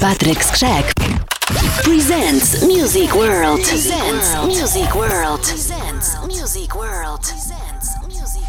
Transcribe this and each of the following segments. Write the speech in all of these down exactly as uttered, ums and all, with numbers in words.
Patryk Skrzek presents Music World. Presents Music World. Presents Music World. Presents Music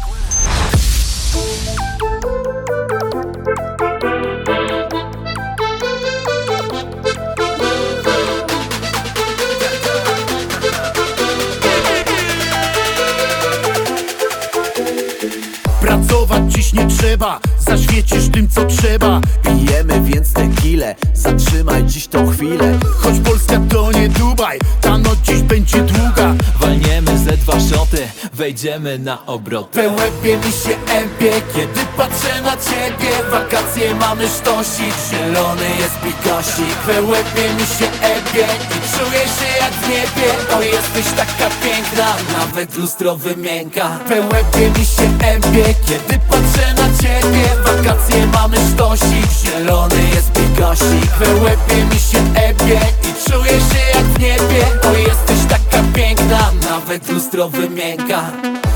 Pracować dziś nie trzeba, zaświecisz tym co trzeba. Pijemy więc tequilę, zatrzymaj dziś tą chwilę. Choć Polska to nie Dubaj, ta noc dziś będzie długa. Walniemy ze dwa szoty, wejdziemy na obroty. We łebie mi się empie, kiedy patrzę na ciebie. Wakacje mamy sztosik, zielony jest pikasik. We łebie mi się empie i czuję się jak w niebie. O, jesteś taka piękna, nawet lustro wymięka. We łebie mi się empie, kiedy patrzę na ciebie. Wakacje mamy sztosik, zielony jest pikasik. We łebie mi się empie i czuję się jak w niebie. O, jesteś taka piękna, nawet lustro wymięka.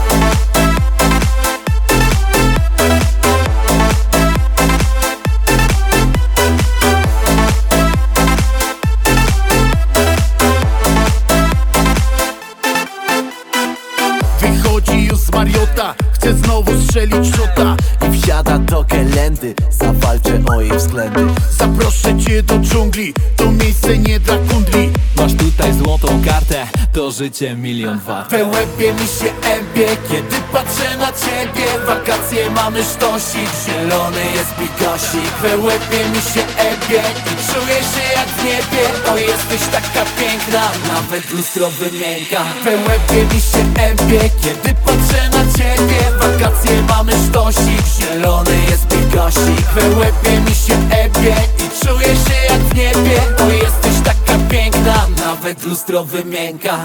Wychodzi już z Mariota, chce znowu strzelić szota I wsiada do Kelendy, zawalczę o jej względy. Zaproszę cię do dżungli, to miejsce nie dla kundli. Masz tutaj złotą kartę, to życie milion warte. We łebie mi się empie, kiedy patrzę na ciebie. Wakacje mamy sztosik, zielony jest pikasik. We łebie mi się empie i czuję się jak w niebie. O, jesteś taka piękna, nawet lustro wymięka. We łebie mi się empie, kiedy patrzę na ciebie. Wakacje mamy sztosik, zielony jest pikasik. We łebie mi się empie i czuję się jak w niebie. O, jesteś taka piękna, nawet lustro wymięka.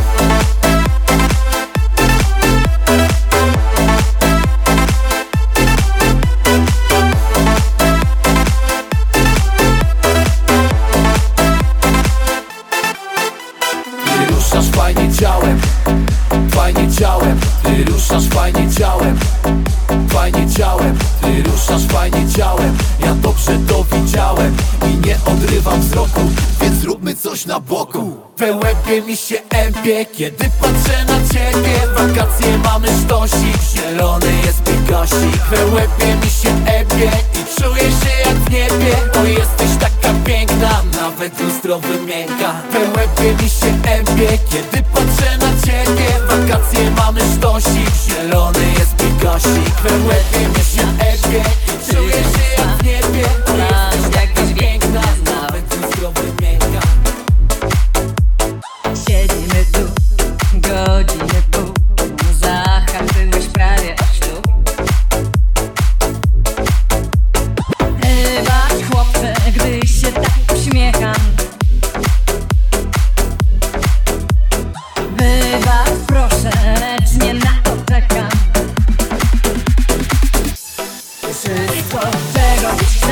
Ty ruszasz fajnie ciałem, fajnie ciałem. Ty ruszasz fajnie ciałem, fajnie ciałem. Ty ruszasz fajnie ciałem, ja dobrze to widziałem. I nie odrywam wzroku, więc zróbmy coś na boku. We łebie mi się empie, kiedy patrzę na ciebie. Wakacje mamy sztosik, zielony jest pikasik. We łebie mi się empie i czuję się jak w niebie. O, jesteś taka piękna, nawet lustro wymięka. We łebie mi się empie, kiedy patrzę na ciebie. Wakacje mamy sztosik, zielony jest pikasik. We łebie mi się empie i czuję się jak w niebie. O, jesteś taka piękna, nawet lustro wymięka. Siedzimy tu godzinę pół, zahaczyłeś prawie o ślub. Wybacz chłopcze, gdy się tak uśmiecham. Wybacz proszę, lecz nie na to czekam. Wszystko czego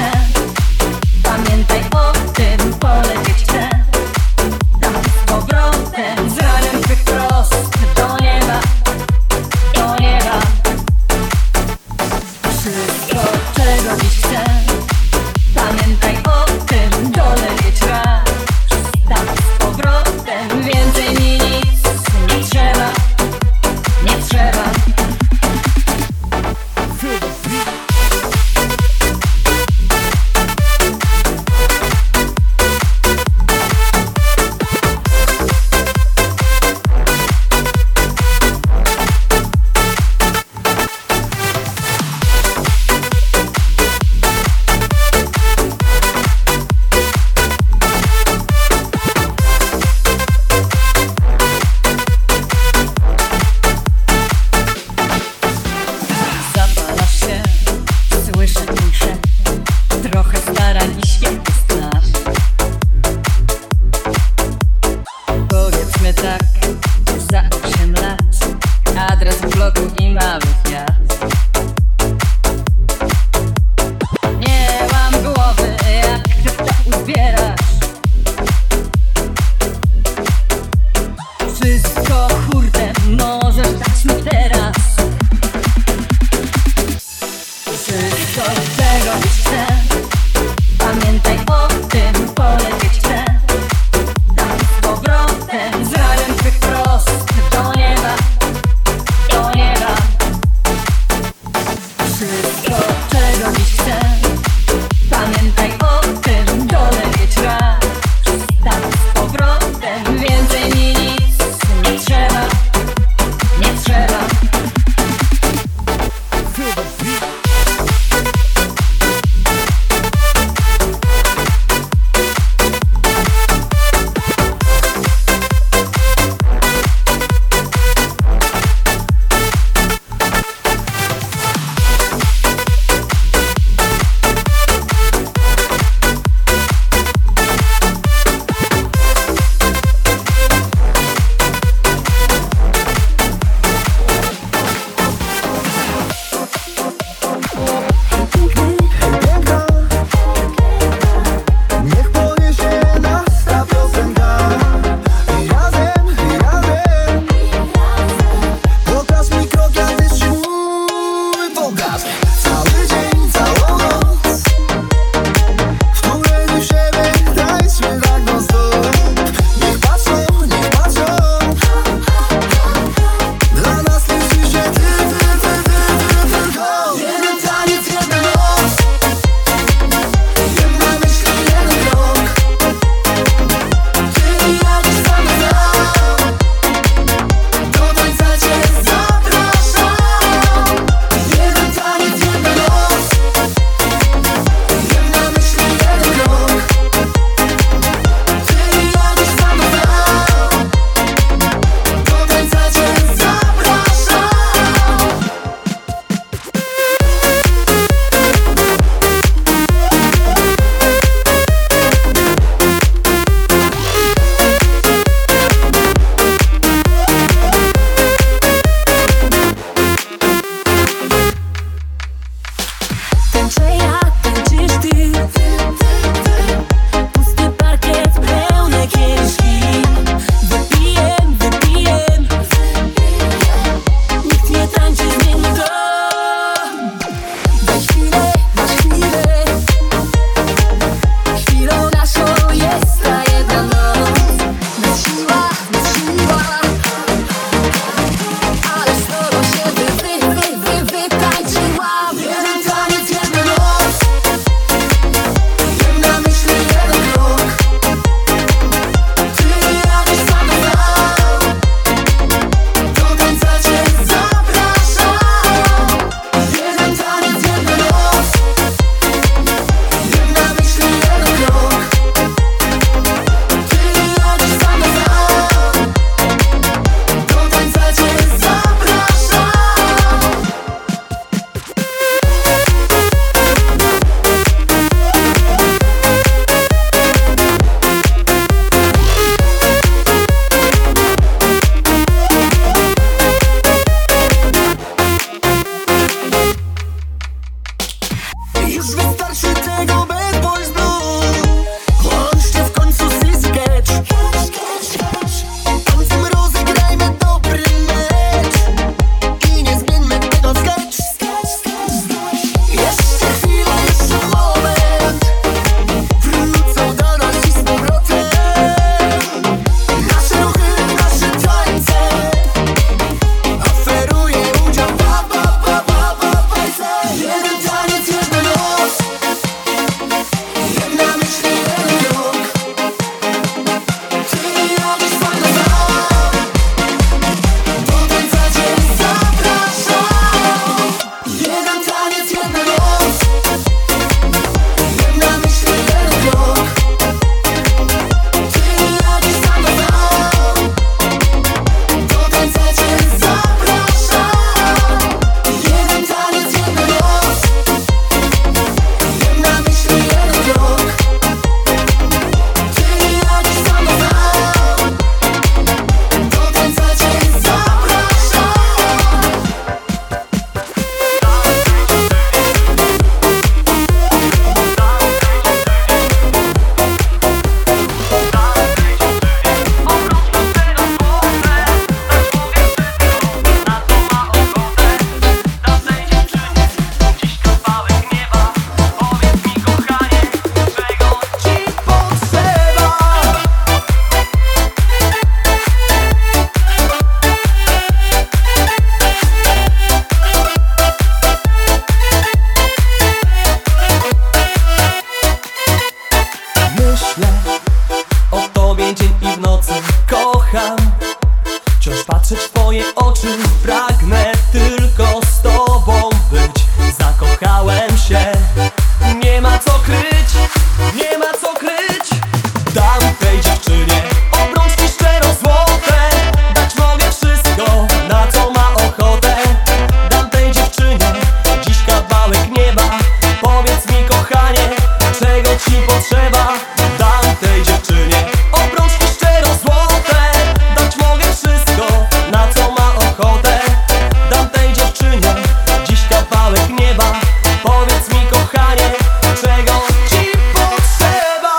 myślę o tobie dzień i w nocy. Kocham wciąż patrzeć w twoje oczy. Pragnę tylko z tobą być. Zakochałem się, nie ma co kryć, nie ma co kryć. Dam tej dziewczynie obrączki szczero złote. Dać mogę wszystko, na co ma ochotę. Dam tej dziewczynie dziś kawałek nieba. Powiedz mi kochanie, czego ci potrzeba. Dam tej dziewczynie obrączki szczero złote. Dać mogę wszystko, na co ma ochotę. Dam tej dziewczynie dziś kawałek nieba. Powiedz mi kochanie, czego ci potrzeba.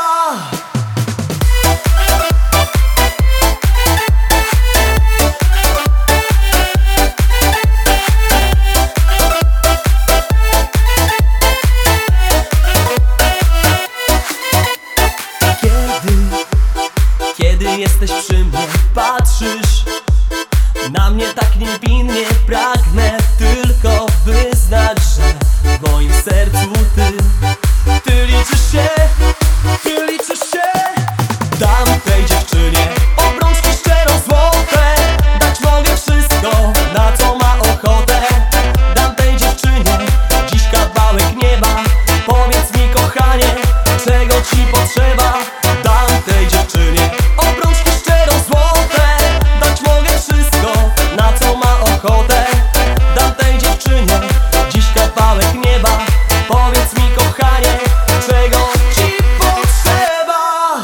Kiedy, kiedy jesteś przy mnie, patrzysz na mnie tak niewinnie. Pragnę tylko wyznać, że w moim sercu ty, ty liczysz się, ty liczysz się. Dam tej dziewczynie obrączki szczero złote. Dać mogę wszystko, na co ma ochotę. Dam tej dziewczynie dziś kawałek nieba. Powiedz mi kochanie, czego ci potrzeba. Dam tej dziewczynie obrączki szczero złote. Dać mogę wszystko, na co ma ochotę. Dam tej dziewczynie dziś kawałek nieba. Powiedz mi kochanie, czego ci potrzeba.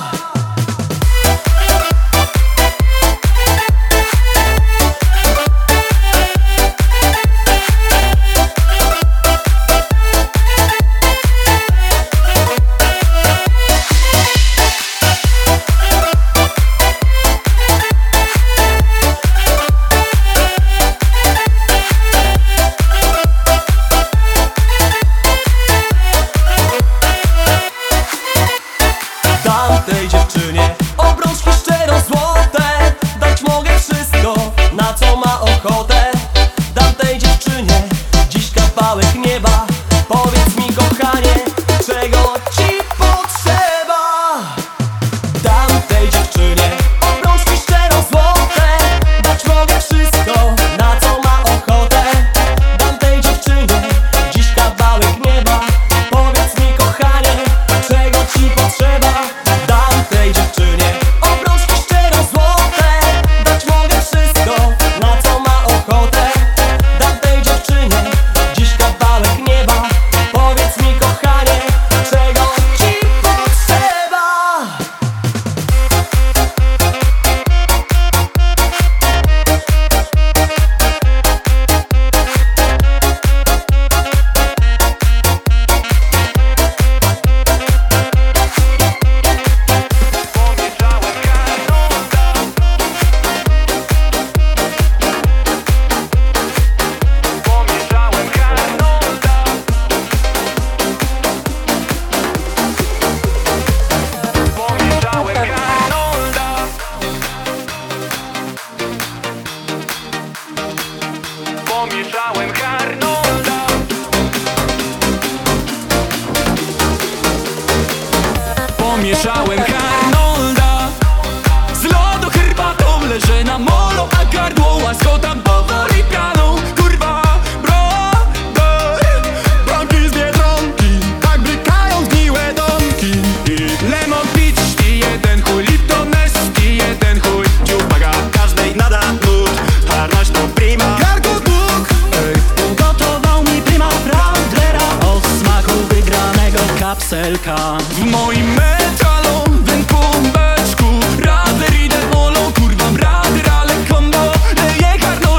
Dam tej dziewczynie obrączki szczero złote. Dać mogę wszystko, na co ma ochotę. Dam tej dziewczynie dziś kawałek nieba. Powiedz mi kochanie, czego ci potrzeba. Dam tej dziewczynie obrączki szczero złote. Dać mogę wszystko, na co ma ochotę. Dam tej dziewczynie dziś kawałek nieba. Powiedz mi kochanie, czego ci potrzeba. Dam tej dziewczynie obrączki szczero złote. Dać mogę wszystko, na co ma ochotę. Dam tej dziewczynie dziś kawałek nieba. Powiedz mi kochanie, czego ci potrzeba. Pomieszałem Arnolda. Pomieszałem Arnolda. Z lodu herbatą leżę na molo, a gardło łaskotam powoli pianą. Kurwa, brother, bąki z Biedronki, tak brykają zgniłe domki. I lemon pitch i jeden chuj, Lipton Ness i jeden chuj. Dziubaga każdej nada nut, harnaś to prima. Ugotował mi prima Proudlera o smaku wygranego kapselka. W moim metalowym kubeczku rader idę olą, kurwa rader, ale kombo leje Arnolda.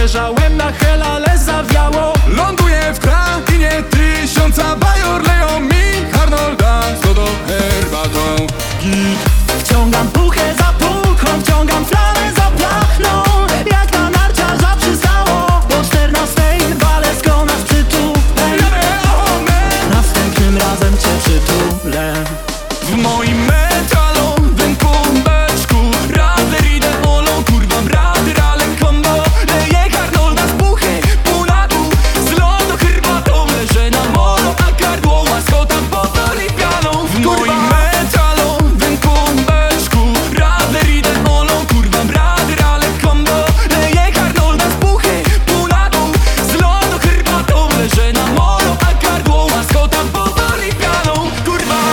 Zamierzałem na hel, ale zawiało. Ląduję w krainie tysiąca bajor. Leją mi Arnolda z wodą herbatą. Git. Wciągam puchę za puchą, wciągam flamę za plachną. Jak na narciarza przystało. Po czternastej walesko nas przytupę. Następnym razem cię przytulę. W moim metalowym kubeczku Radler idę olą, kurwa brady, ale combo. Leję Arnolda z puchy, pół na dół. Z lodu herbatą leżę na molo, a gardło łaskotam powoli pianą. W moim metalowym kubeczku Radler idę olą, kurwa brady, ale combo. Leję Arnolda z puchy, pół na dół. Z lodu herbatą leżę na molo, a gardło łaskotam powoli pianą. Kurwa.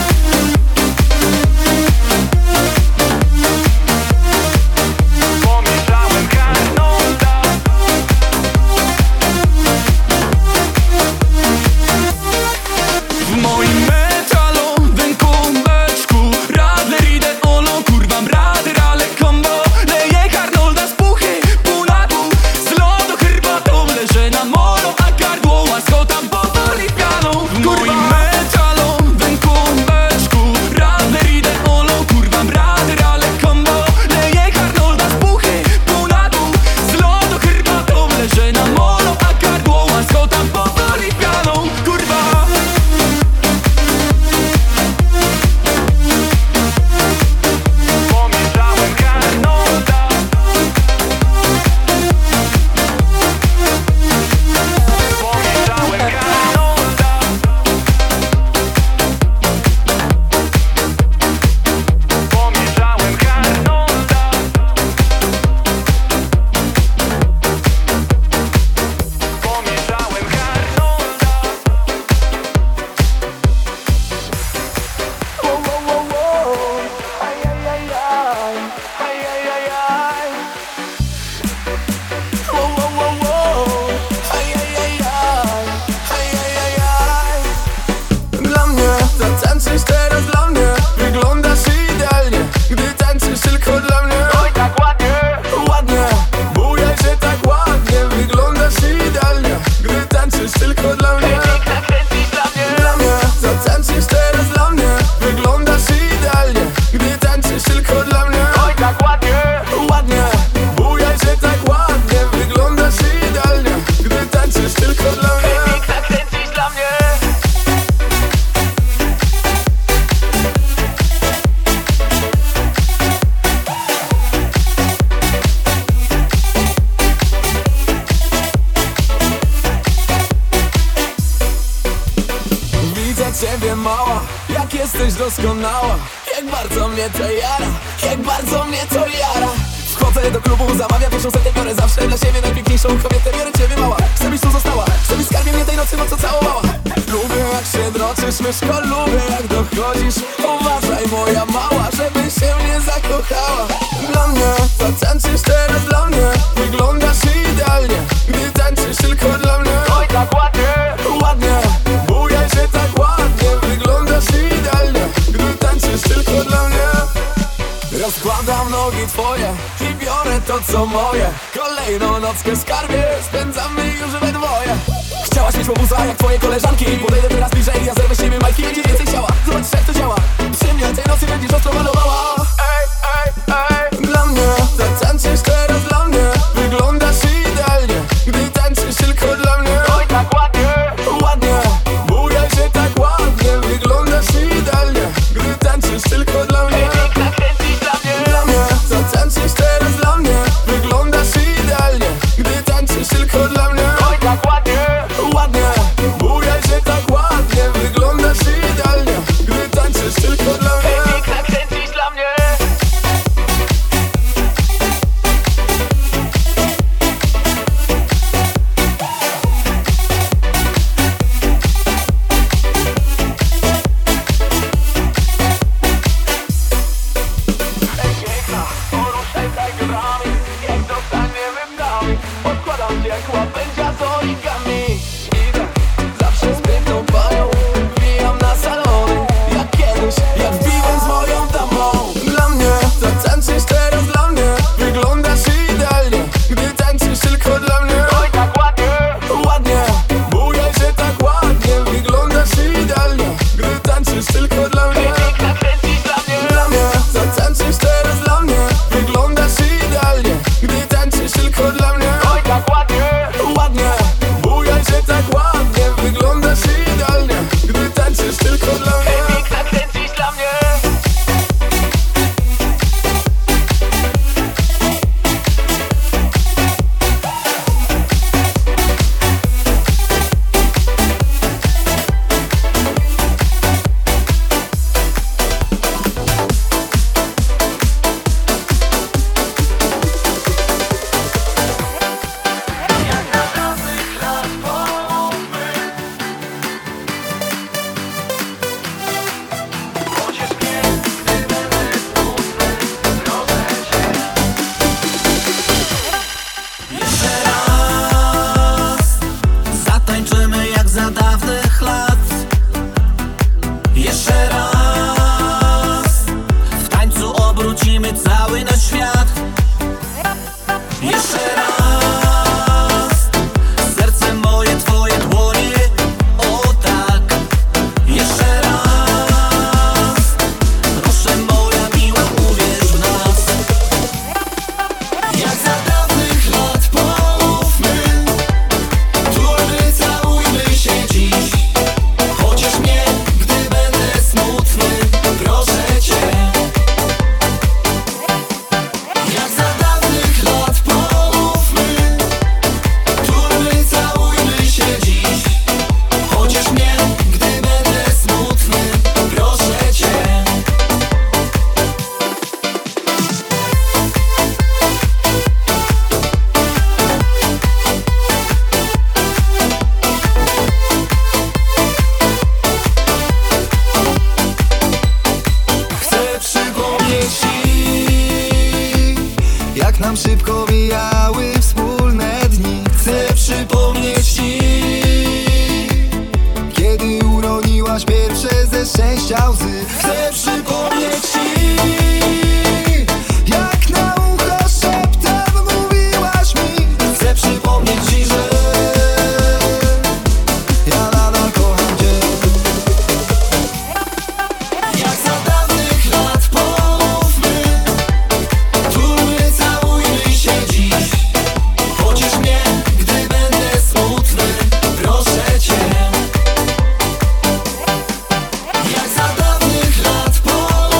W moim metalowym kubeczku Radler idę olą, kurwa brady, ale combo. Leję Arnolda z puchy, pół na dół. Z lodu herbatą leżę na molo, a gardło łaskotam powoli pianą. W moim metalowym kubeczku Radler idę olą, kurwa brady, ale combo. Leję Arnolda z puchy, pół na dół. Z lodu herbatą leżę na molo, a gardło łaskotam powoli pianą. Kurwa. Dla mnie zatańczysz teraz, dla mnie wyglądasz idealnie. Gdy tańczysz tylko dla mnie. Oj, tak ładnie, ładnie. Bujaj się tak ładnie, wyglądasz idealnie. Gdy tańczysz tylko dla mnie. Dla mnie zatańczysz teraz, dla mnie wyglądasz idealnie. Gdy tańczysz tylko dla mnie. Oj, tak ładnie, ładnie. Bujaj się tak ładnie, wyglądasz idealnie. Gdy tańczysz tylko dla mnie. Widzę ciebie mała, jak jesteś doskonała. Jak bardzo mnie to jara, jak bardzo mnie to jara. Wchodzę do klubu, zamawiam pierwszą setę, biorę zawsze dla siebie najpiękniejszą kobietę. Biorę ciebie mała, chcę byś tu została, chcę byś skarbie mnie tej nocy mocno całowała. Lubię jak się droczysz, myszko, lubię jak dochodzisz. Uważaj moja mała, żebyś się nie zakochała. Dla mnie zatańczysz teraz, dla mnie wyglądasz idealnie. Gdy tańczysz tylko dla mnie. Oj, tak ładnie, ładnie. Bujaj się tak ładnie, wyglądasz idealnie. Gdy tańczysz tylko dla mnie. Rozkładam nogi twoje i biorę to co moje. Kolejną nockę skarbie, spędzamy już we dwoje. Chciałaś mieć łobuza jak twoje koleżanki. Podejdę teraz bliżej, ja zerwę z siebie majtki. Będzie więcej ciała, zobacz jak to działa. Przy mnie tej nocy będziesz ostro malowała. Ej, ej, ej. Dla mnie zatańczysz teraz, dla mnie wyglądasz idealnie. Gdy tańczysz tylko dla mnie. Oj, tak ładnie, ładnie. Bujaj się tak ładnie, wyglądasz idealnie. Gdy tańczysz tylko dla mnie. Dla mnie zatańczysz teraz, dla mnie wyglądasz idealnie. Gdy tańczysz tylko dla mnie. Oj, tak ładnie, ładnie. Bujaj się tak ładnie, wyglądasz idealnie. Gdy tańczysz tylko dla mnie. Dla mnie zatańczysz teraz, dla mnie wyglądasz idealnie. Gdy tańczysz tylko dla szybko mijały wspólne dni. Chcę przypomnieć ci, kiedy uroniłaś pierwsze ze szczęścia łzy. Chcę przypomnieć ci, jak na ucho szeptem mówiłaś mi. Chcę przypomnieć ci, że ja nadal kocham cię. Jak za dawnych lat pomówmy, tulmy, całujmy się dziś. Pociesz mnie, gdy będę smutny, proszę cię. Jak za dawnych lat pomówmy,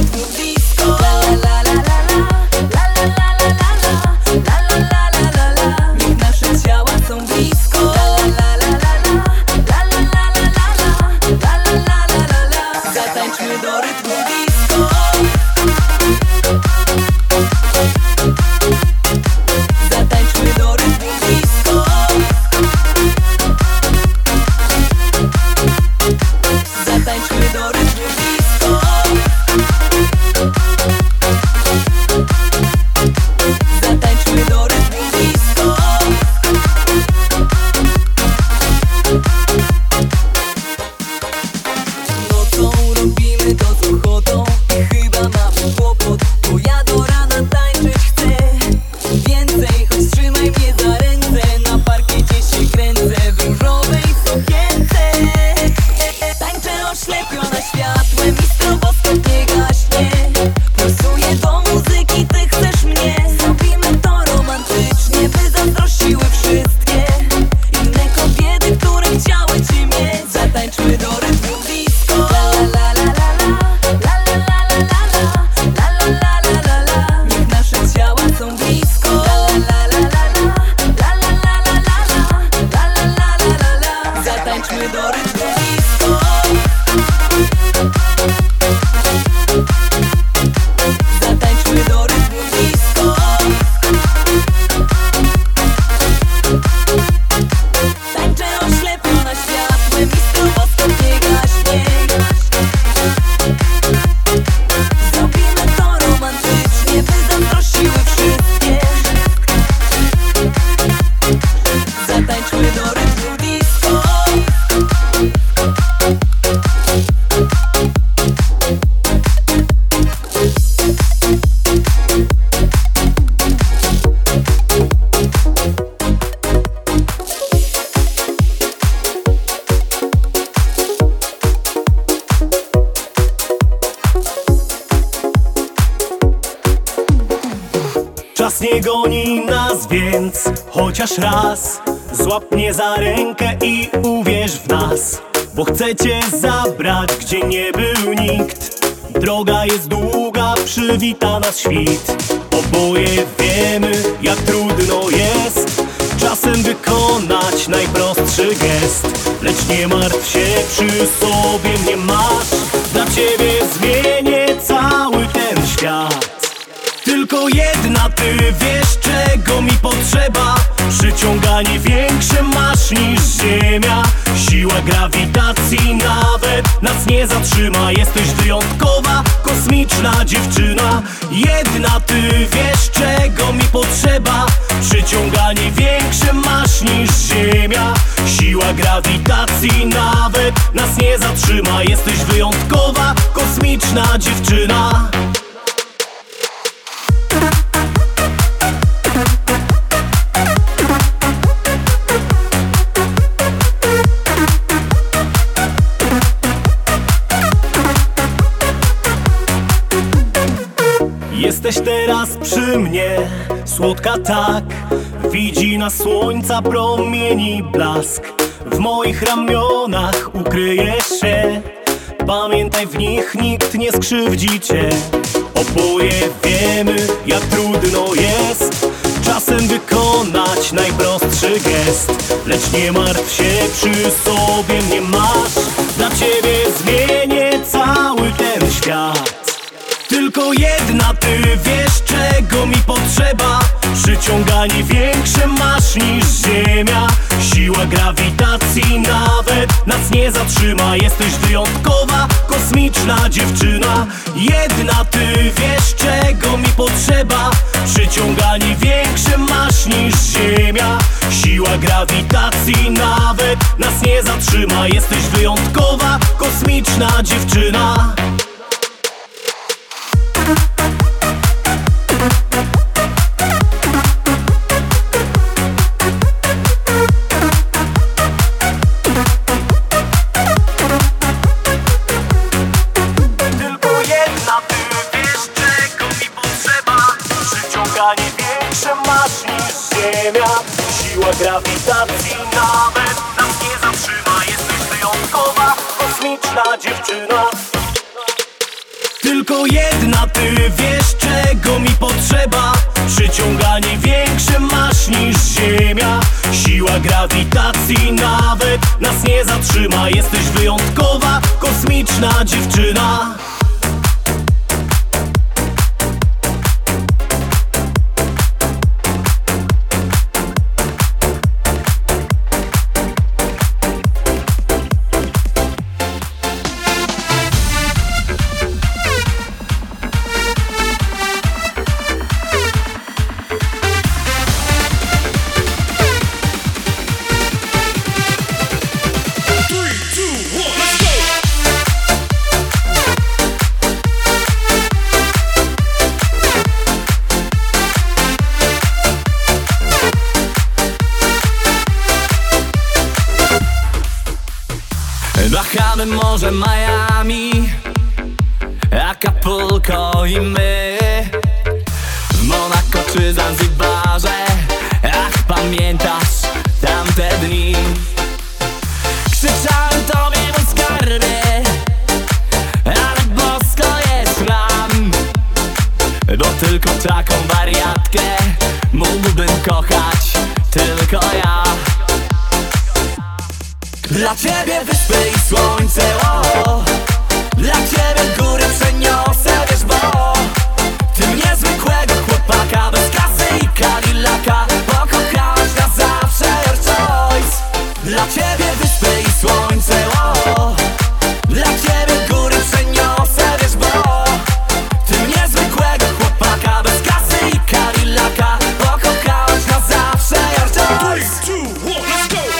rytmu disco. La la la la la la la la la la la la la la la la. Niech nasze ciała są blisko. La la la la la la la la la la la la la la la la. Zatańczmy do rytmu disco. Zatańczmy do rytmu disco. Zatańczmy do rytmu disco. Zatańczmy do rytmu disco. Nocą robimy to z ochotą i chyba mamy kłopot, bo ja do rana tańczyć chcę więcej, choć trzymaj mnie za ręce. Na parkiecie się kręcę w różowej sukience. Tańczę oślepiona światłem i stroboskop nie gaśnie. Pulsuję do muzyki, ty chcesz mnie. Zrobimy to romantycznie, by zazdrościły wszystkie inne kobiety, które chciały cię mieć. Zatańczmy do rytmu disco. La la la la la la la la la la la la la la la la. Niech nasze ciała są blisko. La la la la la la la la la la la la la la la la. Zatańczmy do rytmu disco. Zatańczmy do rytmu disco. Tańczę oślepiona światłem i stroboskop nie gaśnie. Zrobimy to romantycznie, by zazdrościły wszystkie. Zatańczmy do rytmu disco. Czas nie goni nas, więc chociaż raz złap mnie za rękę i uwierz w nas, bo chcę cię zabrać, gdzie nie był nikt. Droga jest długa, przywita nas świt. Oboje wiemy, jak trudno jest czasem wykonać najprostszy gest. Lecz nie martw się, przy sobie mnie masz. Dla ciebie zmienię cały ten świat. Tylko jedna ty wiesz, czego mi potrzeba. Przyciąganie większe masz niż ziemia. Siła grawitacji nawet nas nie zatrzyma. Jesteś wyjątkowa, kosmiczna dziewczyna. Jedna ty wiesz, czego mi potrzeba. Przyciąganie większe masz niż ziemia. Siła grawitacji nawet nas nie zatrzyma. Jesteś wyjątkowa, kosmiczna dziewczyna. Jesteś teraz przy mnie, słodka tak. Widzi nas słońca promieni blask. W moich ramionach ukryjesz się. Pamiętaj, w nich nikt nie skrzywdzi cię. Oboje wiemy, jak trudno jest czasem wykonać najprostszy gest. Lecz nie martw się, przy sobie mnie masz. Dla ciebie zmienię cały ten świat. Tylko jedna ty wiesz, czego mi potrzeba. Przyciąganie większe masz niż ziemia. Siła grawitacji nawet nas nie zatrzyma. Jesteś wyjątkowa, kosmiczna dziewczyna. Jedna ty wiesz, czego mi potrzeba. Przyciąganie większe masz niż ziemia. Siła grawitacji nawet nas nie zatrzyma. Jesteś wyjątkowa, kosmiczna dziewczyna. Siła grawitacji nawet nas nie zatrzyma. Jesteś wyjątkowa, kosmiczna dziewczyna. tylko jedna, ty wiesz czego mi potrzeba. Przyciąganie większe masz niż ziemia. Siła grawitacji nawet nas nie zatrzyma. Jesteś wyjątkowa, kosmiczna dziewczyna. Bahamy Morze Miami, Acapulco i my. W Monako czy Zanzibarze, ach pamiętasz tamte dni. Krzyczałem tobie mój skarbie, ale bosko jest nam, bo tylko taką wariatkę mógłbym kochać tylko ja. Dla ciebie wyspy i słońce, o, dla ciebie góry przeniosę, wiesz, bo ty niezwykłego chłopaka bez kasy i Cadillaka pokochałaś na zawsze, your choice. Dla ciebie wyspy i słońce, o, dla ciebie góry przeniosę, wiesz, bo ty niezwykłego chłopaka bez kasy i Cadillaka pokochałaś na zawsze, your choice. three, two, one, let's go!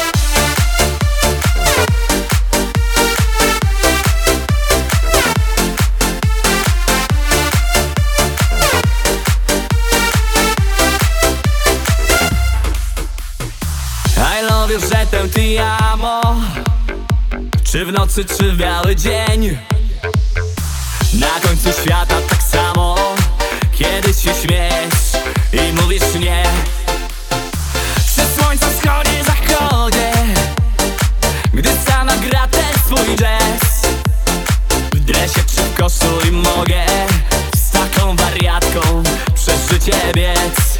Wiesz, że tę ti amo, czy w nocy, czy w biały dzień. Na końcu świata tak samo, kiedy się śmiesz i mówisz nie. Przy słońcu wschodzie, zachodzie, gdy sama gra ten swój jazz. W dresie czy w koszuli mogę z taką wariatką przez życie biec.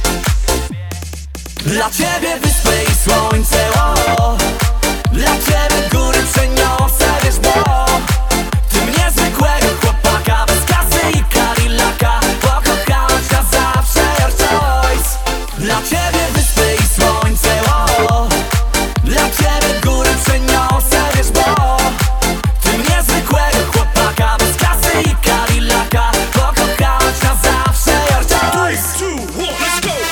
Dla ciebie wyspy i słońce, o, dla ciebie góry przeniosę, wiesz, bo ty niezwykłego chłopaka bez kasy i Cadillaka pokochałaś na zawsze, your choice. Dla ciebie wyspy i słońce, o, dla ciebie góry przeniosę, wiesz, bo ty niezwykłego chłopaka bez kasy i Cadillaka pokochałaś na zawsze, your choice. three, two, one, let's go!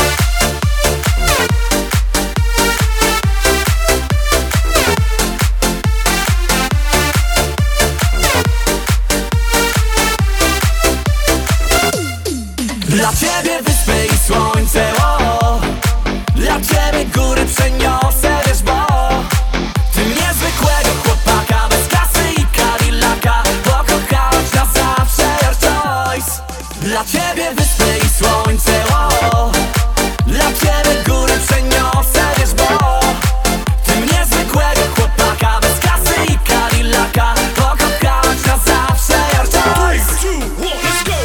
Dla ciebie wyspy i słońce, o, dla ciebie góry przeniosę, wiesz, bo ty niezwykłego chłopaka bez kasy i Cadillaka pokochałaś na zawsze, your choice. Dla ciebie wyspy i słońce, o, dla ciebie góry przeniosę, wiesz, bo ty niezwykłego chłopaka bez kasy i Cadillaka pokochałaś na zawsze, your choice. three, two, one, let's go!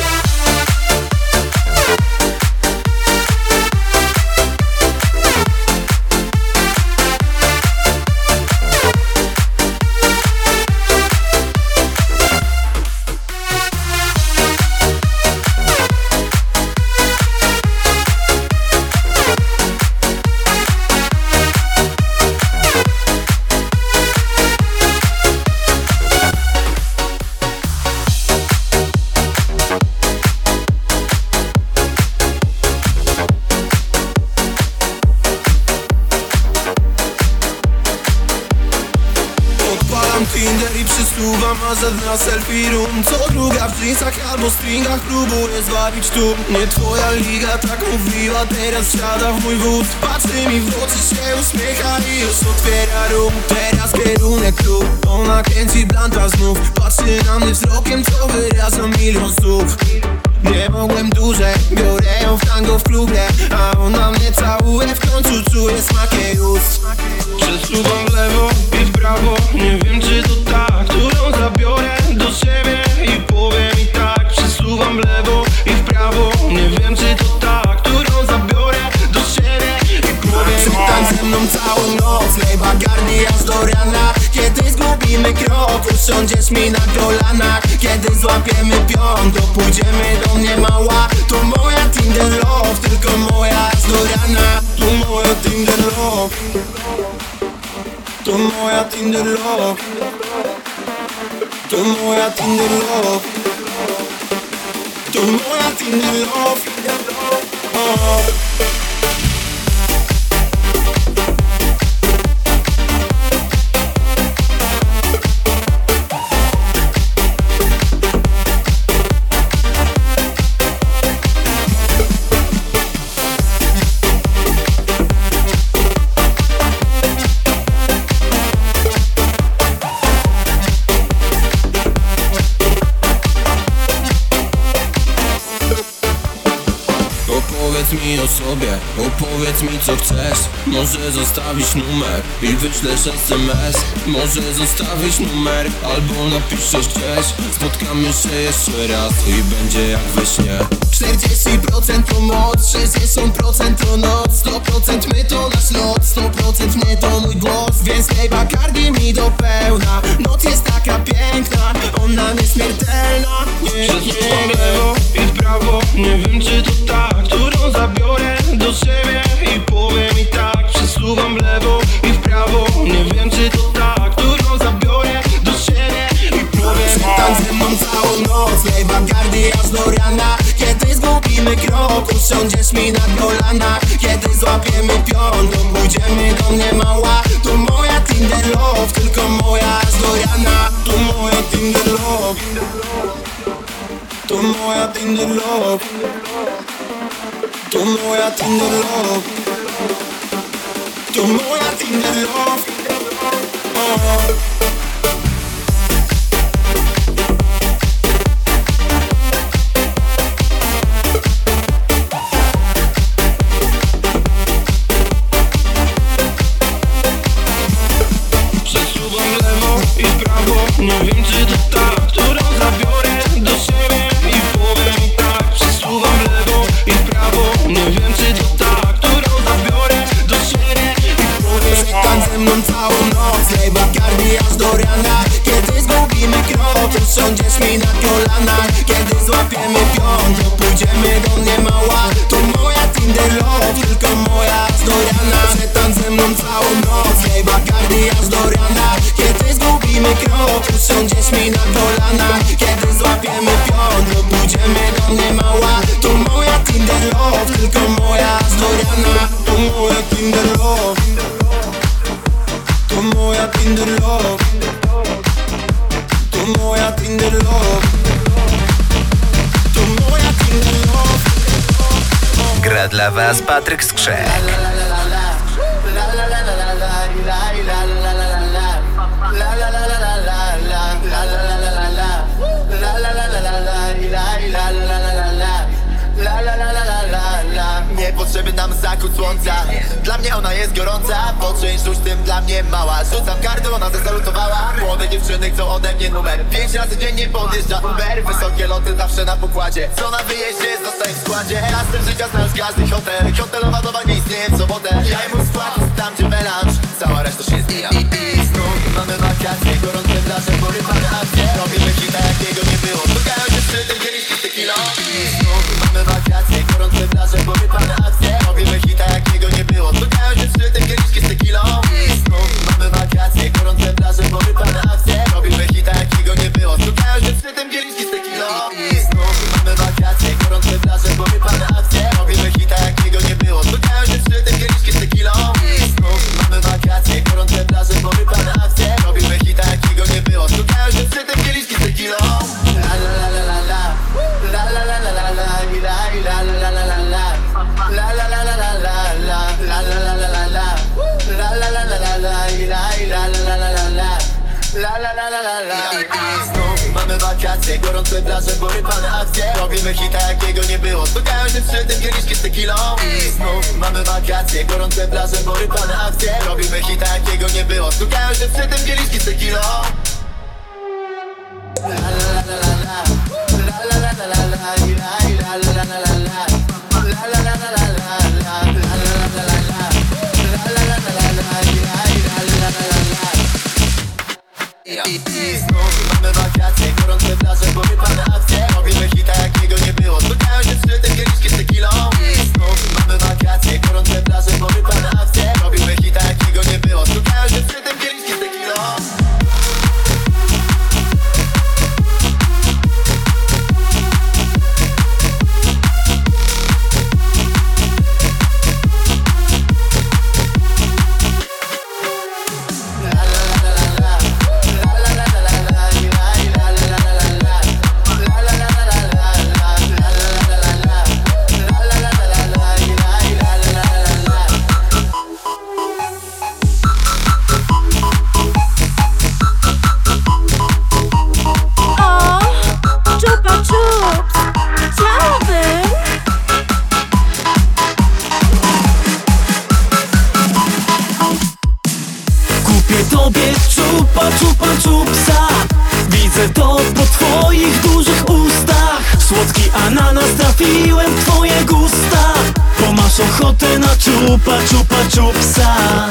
Tinder i przysuwam, a na selfie room. Co druga w jeansach albo stringach próbuję zbawić tu. Nie twoja liga, tak mówiła, teraz siada w mój wóz. Patrzy mi w oczy, się uśmiecha i już otwiera rum. Teraz kierunek klub, ona kręci blanta znów. Patrzy na mnie wzrokiem, co wyraża milion słów. Nie mogłem dłużej, biorę ją w tango w klubie, a ona mnie całuje, w końcu czuję smak jej ust. Przesuwam w lewo i w prawo, nie wiem czy to ta, którą zabiorę do siebie i powie mi usiądziesz mi na kolanach. Kiedy złapiemy pion, to pójdziemy do mnie mała. To moja Tinder love, tylko moja aż do rana. To moja Tinder love, to moja Tinder love, to moja Tinder love, to moja Tinder love. Oh. Opowiedz mi o sobie, opowiedz mi co chcesz. Może zostawić numer i wyślesz es em es. Może zostawić numer albo napiszesz gdzieś. Spotkamy się jeszcze raz i będzie jak we śnie. czterdzieści procent to moc, sześćdziesiąt procent to noc, sto procent my to nasz lot, sto procent mnie to mój głos. Więc tej Bacardi mi do pełna. Noc jest taka piękna, ona nieśmiertelna. Nie, nie, lewo i w prawo, nie wiem czy to ta, którą zabiorę do siebie i powiem i tak. Przesuwam w lewo i w prawo, nie wiem czy to ta, którą zabiorę do siebie i powiem. Przetań ze mną całą noc, lej Bacardi aż do rana. Kiedy zgubimy krok, usiądziesz mi na kolanach. Kiedy złapiemy pion, to pójdziemy do mnie mała. To moja Tinder love, tylko moja aż do rana. To moja Tinder love, to moja Tinder love, to moja Tinder love, to moja Tinder love. Oh. Nie wiem czy to ta, którą zabiorę do siebie i powiem i tak. Przesuwam w lewo i w prawo, nie wiem czy to ta, którą zabiorę do siebie i powiem. Przetań ze mną całą noc, lej Bacardi aż do rana. Kiedy zgubimy krok, usiądziesz mi na kolanach. Kiedy złapiemy pion, to pójdziemy do mnie mała. To moja Tinder love, tylko moja aż do rana. Przetań ze mną całą noc, lej Bacardi aż do rana. Kiedy zgubimy krok, usiądziesz mi na kolanach. Kiedy złapiemy pion, to pójdziemy do mnie mała. To moja Tinder love, tylko moja aż do rana. To moja Tinder love, to moja Tinder love, to moja Tinder love, to moja Tinder love. Gra dla was Patryk Skrzek. Niepotrzebny nam zachód słońca. Dla mnie ona jest gorąca, poczęść rzuć tym dla mnie mała. Rzucam kartę, ona zasalutowała. Młode dziewczyny chcą ode mnie numer. Pięć razy dziennie podjeżdża Uber. Wysokie loty zawsze na pokładzie. Co na wyjeździe zostaje w składzie. Razem życia znasz każdy hotel. Hotelowa doba nie istnieje w sobotę. Ja mu skład, tam gdzie melanż. Cała reszta się zmija. I, i, i znów mamy wakacje, gorące plaże, porywane akcje. Robimy hita jakiego nie było. Szukają się szczyty, kieliszki z tequilą. I znów mamy wakacje, gorące plaże, porywane akcje. Robimy hita jakiego nie było. Szukają się szczyty, kieliszki z tequilą. I znów mamy wakacje, gorące plaże, porywane akcje. Robimy hita jakiego nie było. Szukają się szczyty, kieliszki z tequilą. I znów mamy wakacje, gorące plaże, porywane akcje. Robimy hita jakiego nie było. Szukają się szczyty, kieliszki z tequilą. I znów mamy wakacje, gorące plaże, porywane akcje. Robimy hita jakiego nie było. Szukają się szczyty, kieliszki z tequilą. La la la la la la. La la la la la la. La la la la la la. La la la la la la. La la la la la la. La la la la la la. La la la la la la. La la la la la la. I znów mamy wakacje, gorące plaże, porywane akcje. Robimy hita jakiego nie było. Stukają się przy tym kieliszki z tequilą. I znów mamy wakacje, gorące plaże, porywane akcje. Robimy hita jakiego nie było. Stukają się przy tym kieliszki z tequilą. La la la la la. La la la la la la. La la la la la la. La la la la la la. La la la la la la. La la la la la la. La la la la la. I, i znów mamy wakacje, gorące plaże, porypane akcje. Robimy hita, jakiego nie było. Stukają się trzy te kieliszki z tequilą. I znów mamy wakacje, gorące plaże, porypane akcje. Robimy hita, jakiego nie było. Stukają się trzy te kieliszki z tequilą. Tobie czupa, czupa, czupsa. Widzę to po twoich dużych ustach. Słodki ananas trafiłem w twoje gusta. Bo masz ochotę na czupa, czupa, czupsa.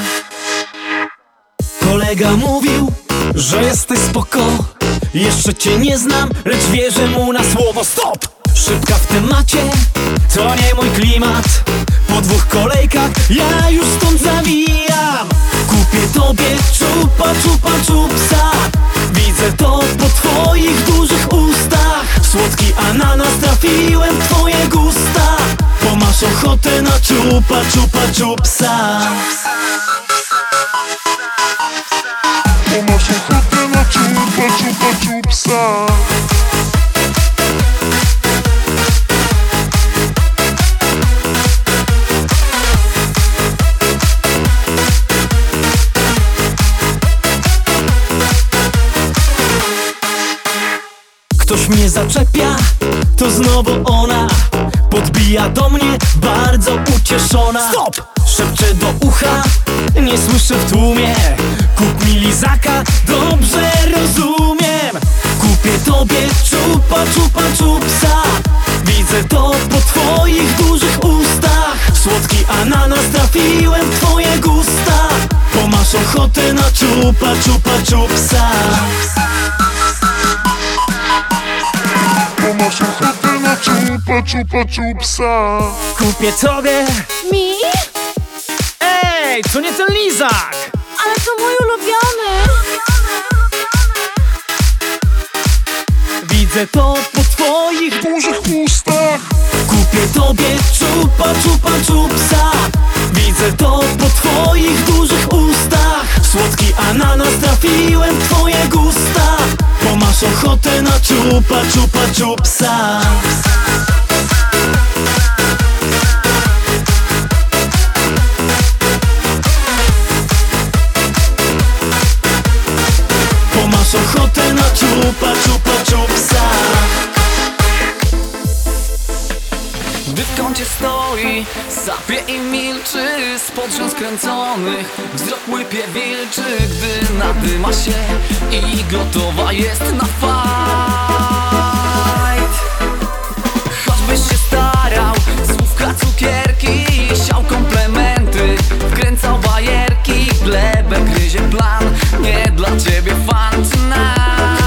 Kolega mówił, że jesteś spoko. Jeszcze cię nie znam, lecz wierzę mu na słowo. Stop! Szybka w temacie, to nie mój klimat. Po dwóch kolejkach ja już stąd zawijam. Kupię tobie czupa, czupa, czupsa. Widzę to po twoich dużych ustach. Słodki ananas trafiłem w twoje gusta. Bo masz ochotę na czupa, czupa, czupsa. Bo masz ochotę na czupa, czupa, czupsa. Ktoś mnie zaczepia, to znowu ona. Podbija do mnie, bardzo ucieszona. Stop! Szepcze do ucha, nie słyszę w tłumie. Kup mi lizaka, dobrze rozumiem. Kupię tobie czupa, czupa, czupsa. Widzę to po twoich dużych ustach. Słodki ananas trafiłem w twoje gusta. Bo masz ochotę na czupa, czupa, czupsa. Bo masz ochotę na czupa, czupa, czupsa. Kupię tobie. Mi? Ej, to nie ten lizak! Ale to mój ulubiony. Widzę to po twoich dużych ustach. Kupię tobie czupa, czupa, czupsa. Widzę to po twoich dużych ustach. Słodki ananas trafiłem w twoje gusta. Bo masz ochotę na czupa, czupa, czupsa. Bo masz ochotę na czupa, czupa, czupsa. Gdy w kącie stoi, sapie i milczy. Spod rzęs kręconych wzrok łypie wilczy. Gdy nadyma się i gotowa jest na fight. Choćbyś się starał, słówka, cukierki, siał komplementy, wkręcał bajerki. Glebę gryzie plan, nie dla ciebie fan tonight.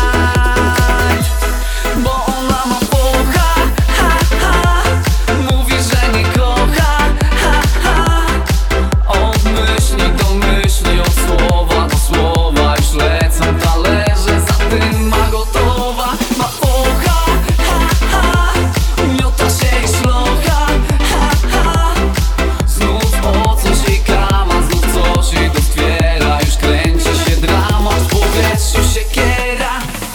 Bo ona ma focha, ha, ha. Mówi, że nie kocha, ha, ha. Od myśli do myśli, od słowa do słowa. Już lecą talerze, za tym ma gotowa. Ma focha, ha, ha. Miota się i szlocha, ha, ha. Znów o coś jej kama, znów coś jej doskwiera. Już kręci się dramat, w powietrzu się kiera.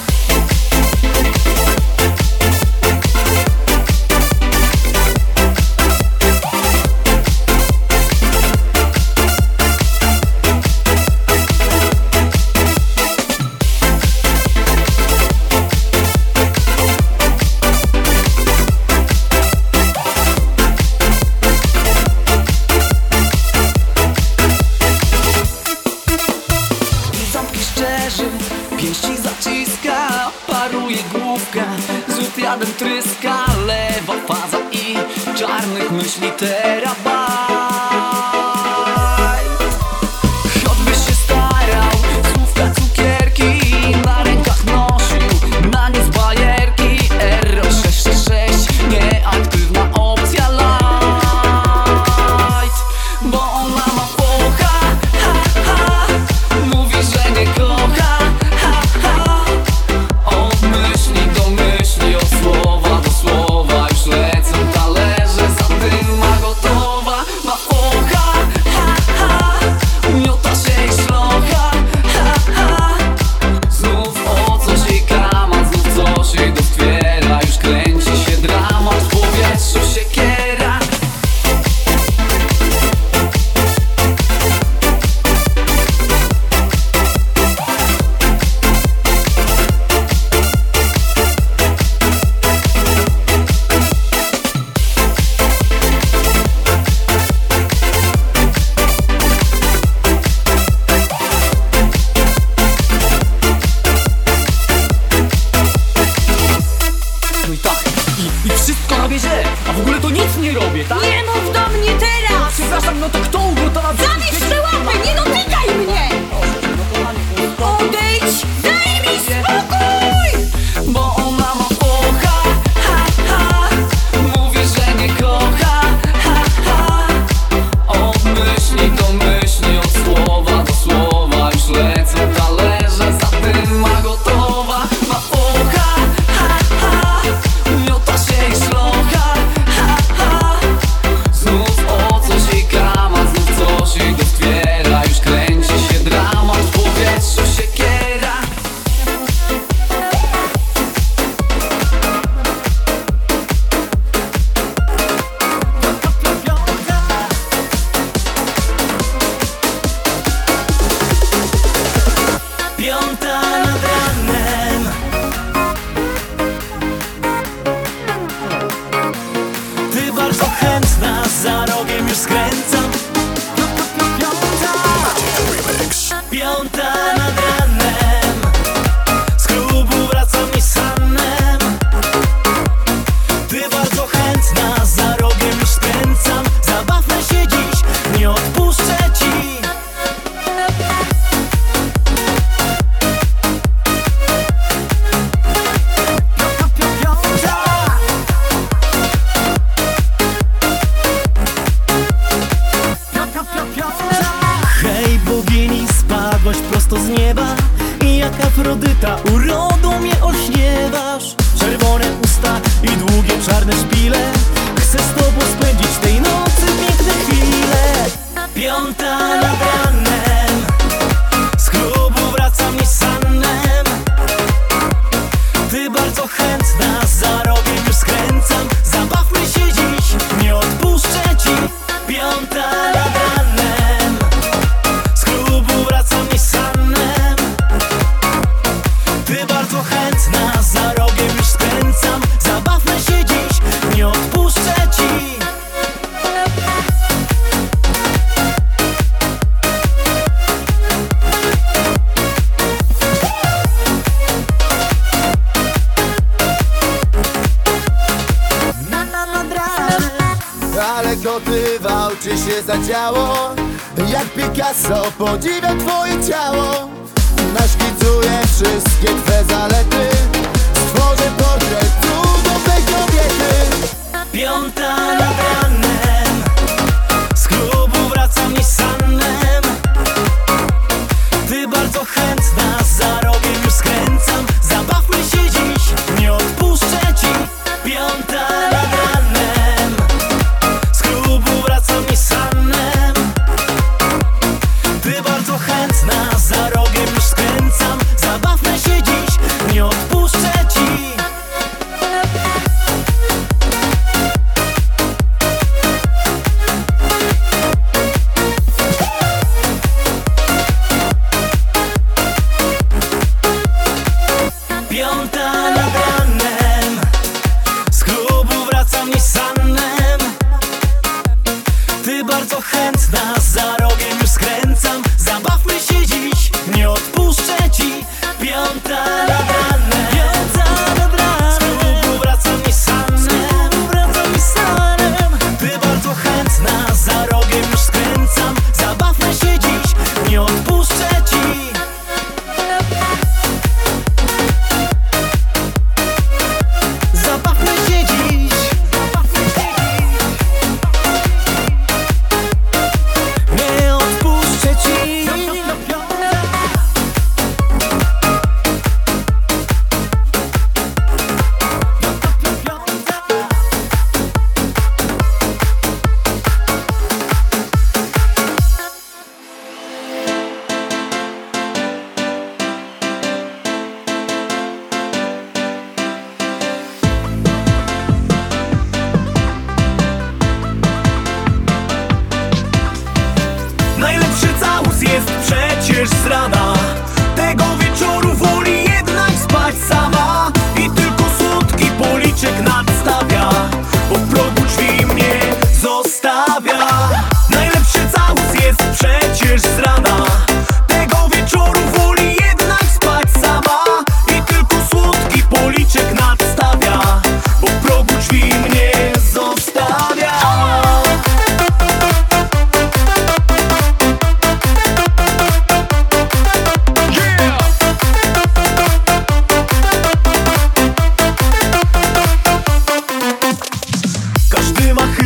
Ząbki szczerzy, pięści zaciska. Paruje główka, zrzut jadem tryska. Lewa faza i czarnych myśli terabajt. Choćbyś się starał, słówka, cukierki, co robię źle? A w ogóle to nic nie robię, tak? Nie mów do mnie teraz! Przepraszam, no to kto ugotował? Zabierz te łapy, nie dotykaj mnie! Odejdź, daj mi spokój! Bo ona ma focha, ha, ha. Mówi, że nie kocha, ha, ha. Od myśli do myśli, od słowa do słowa już lecą talerze, za tym ma gotowa. Ma focha, ha, ha. Miota się i szlocha, ha, ha. Znów o coś jej kama, znów coś jej dotwiera. Już kręci się dramat, w powietrzu siekiera. Piąta nad ranem. Ty bardzo chętna, za rogiem już skręcam. Piąta nad ranem. Z klubu wracam Nissanem. Ty bardzo chętna, za rogiem już skręcam. Zabawmy się dziś, nie odpuszczę ci. Hej bogini, spadłaś prosto z nieba i jak Afrodyta urodą mnie olśniewasz. Czerwone usta i długie czarne szpile, chcę z tobą spędzić tej nocy piękne chwile. Piąta nad ranem. Z klubu wracam Nissanem. Ty bardzo chętna, za rogiem już skręcam. Zabawmy się dziś, nie odpuszczę ci. Piąta nad ranem. Z klubu wracam Nissanem. Ty bardzo chętna, za rogiem już skręcam. Zabawmy się dziś, nie odpuszczę ci. Ale gotywał, czy się zadziało? Jak Picasso podziwiam twoje ciało. Naszkicuję wszystkie twe zalety. Stworzę portret cudownej kobiety. Piąta nad ranem. Z klubu wracam Nissanem. Ty bardzo chętna, za rogiem już skręcam. Zabawmy się dziś, nie odpuszczę ci. Piąta nad ranem. Z klubu wracam Nissanem. Ty bardzo chętna, za rogiem już skręcam. Zabawmy się dziś, nie odpuszczę ci.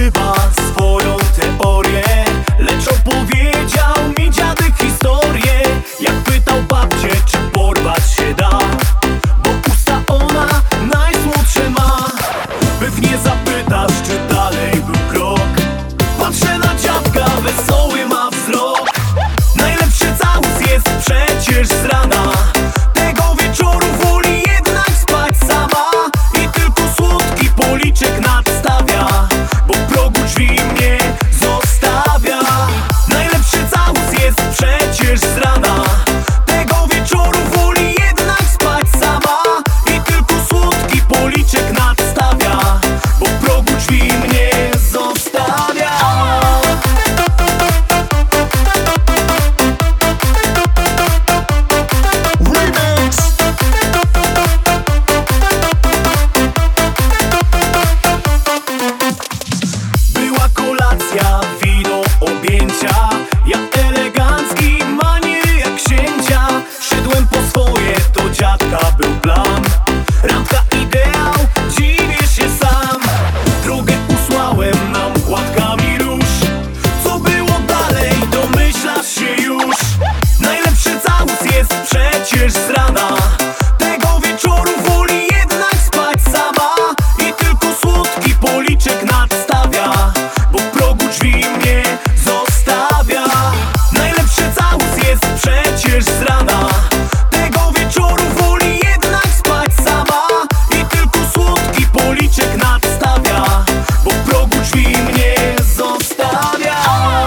chyba swoją teorię, lecz opowiedział mi dziadek historię. Jak pytał babcię, czy porwać się da, bo usta ona najsmutsze ma. Pewnie zapytasz, czy dalej był krok. Patrzę na dziadka, wesoły ma wzrok. Najlepszy całus jest przecież z rana. Tego wieczoru woli jednak spać sama i tylko słodki policzek nadstawia, bo w progu drzwi mnie zostawia. Najlepszy całus jest przecież z rana. Tego wieczoru woli jednak spać sama i tylko słodki policzek nadstawia, bo w progu drzwi mnie zostawia. Była kolacja, wino, objęcia. Ja elegancki, maniery jak księcia. Szedłem po swoje, to dziadka był plan. Randka ideał, dziwię się sam. Drogę usłałem nam płatkami róż. Co było dalej, domyślasz się już. Najlepszy całus jest przecież z rana. Tego wieczoru woli jednak spać sama i tylko słodki policzek nadstawia, bo w progu drzwi mnie zostawia. Najlepszy całus jest przecież z rana. Tego wieczoru woli jednak spać sama i tylko słodki policzek nadstawia, bo w progu drzwi mnie zostawia.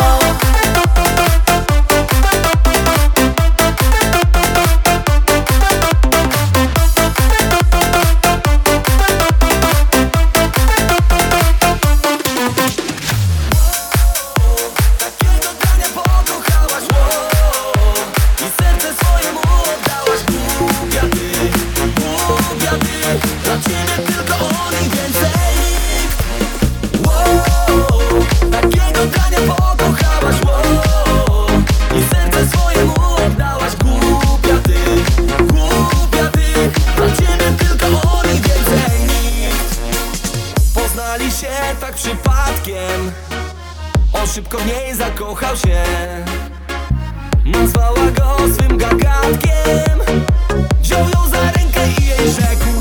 Takiego dania pokochałaś, wow. I serce swojemu oddałaś, głupia ty, głupia ty. Dla ciebie tylko on i więcej nikt. Poznali się tak przypadkiem, on szybko w niej zakochał się. Nazwała go swym gagatkiem. Wziął ją za rękę i jej rzekł,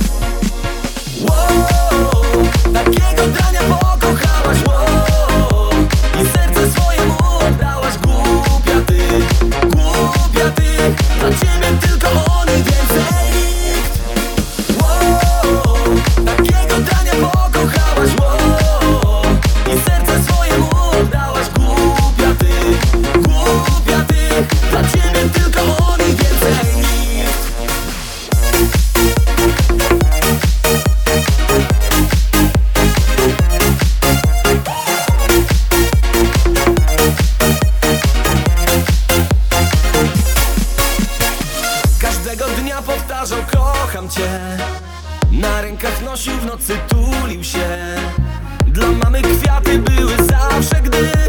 wow. Takiego dania pokochałaś, wow. I serce swojemu oddałaś, głupia ty, głupia ty. Dla ciebie tylko on i więcej nikt. Wow. Takiego dania pokochałaś, wow. I serce swojemu oddałaś, głupia ty, głupia ty. Dla ciebie tylko on i więcej nikt. Każdego dnia powtarzał, kocham cię. Na rękach nosił, w nocy tulił się. Dla mamy kwiaty były zawsze, gdy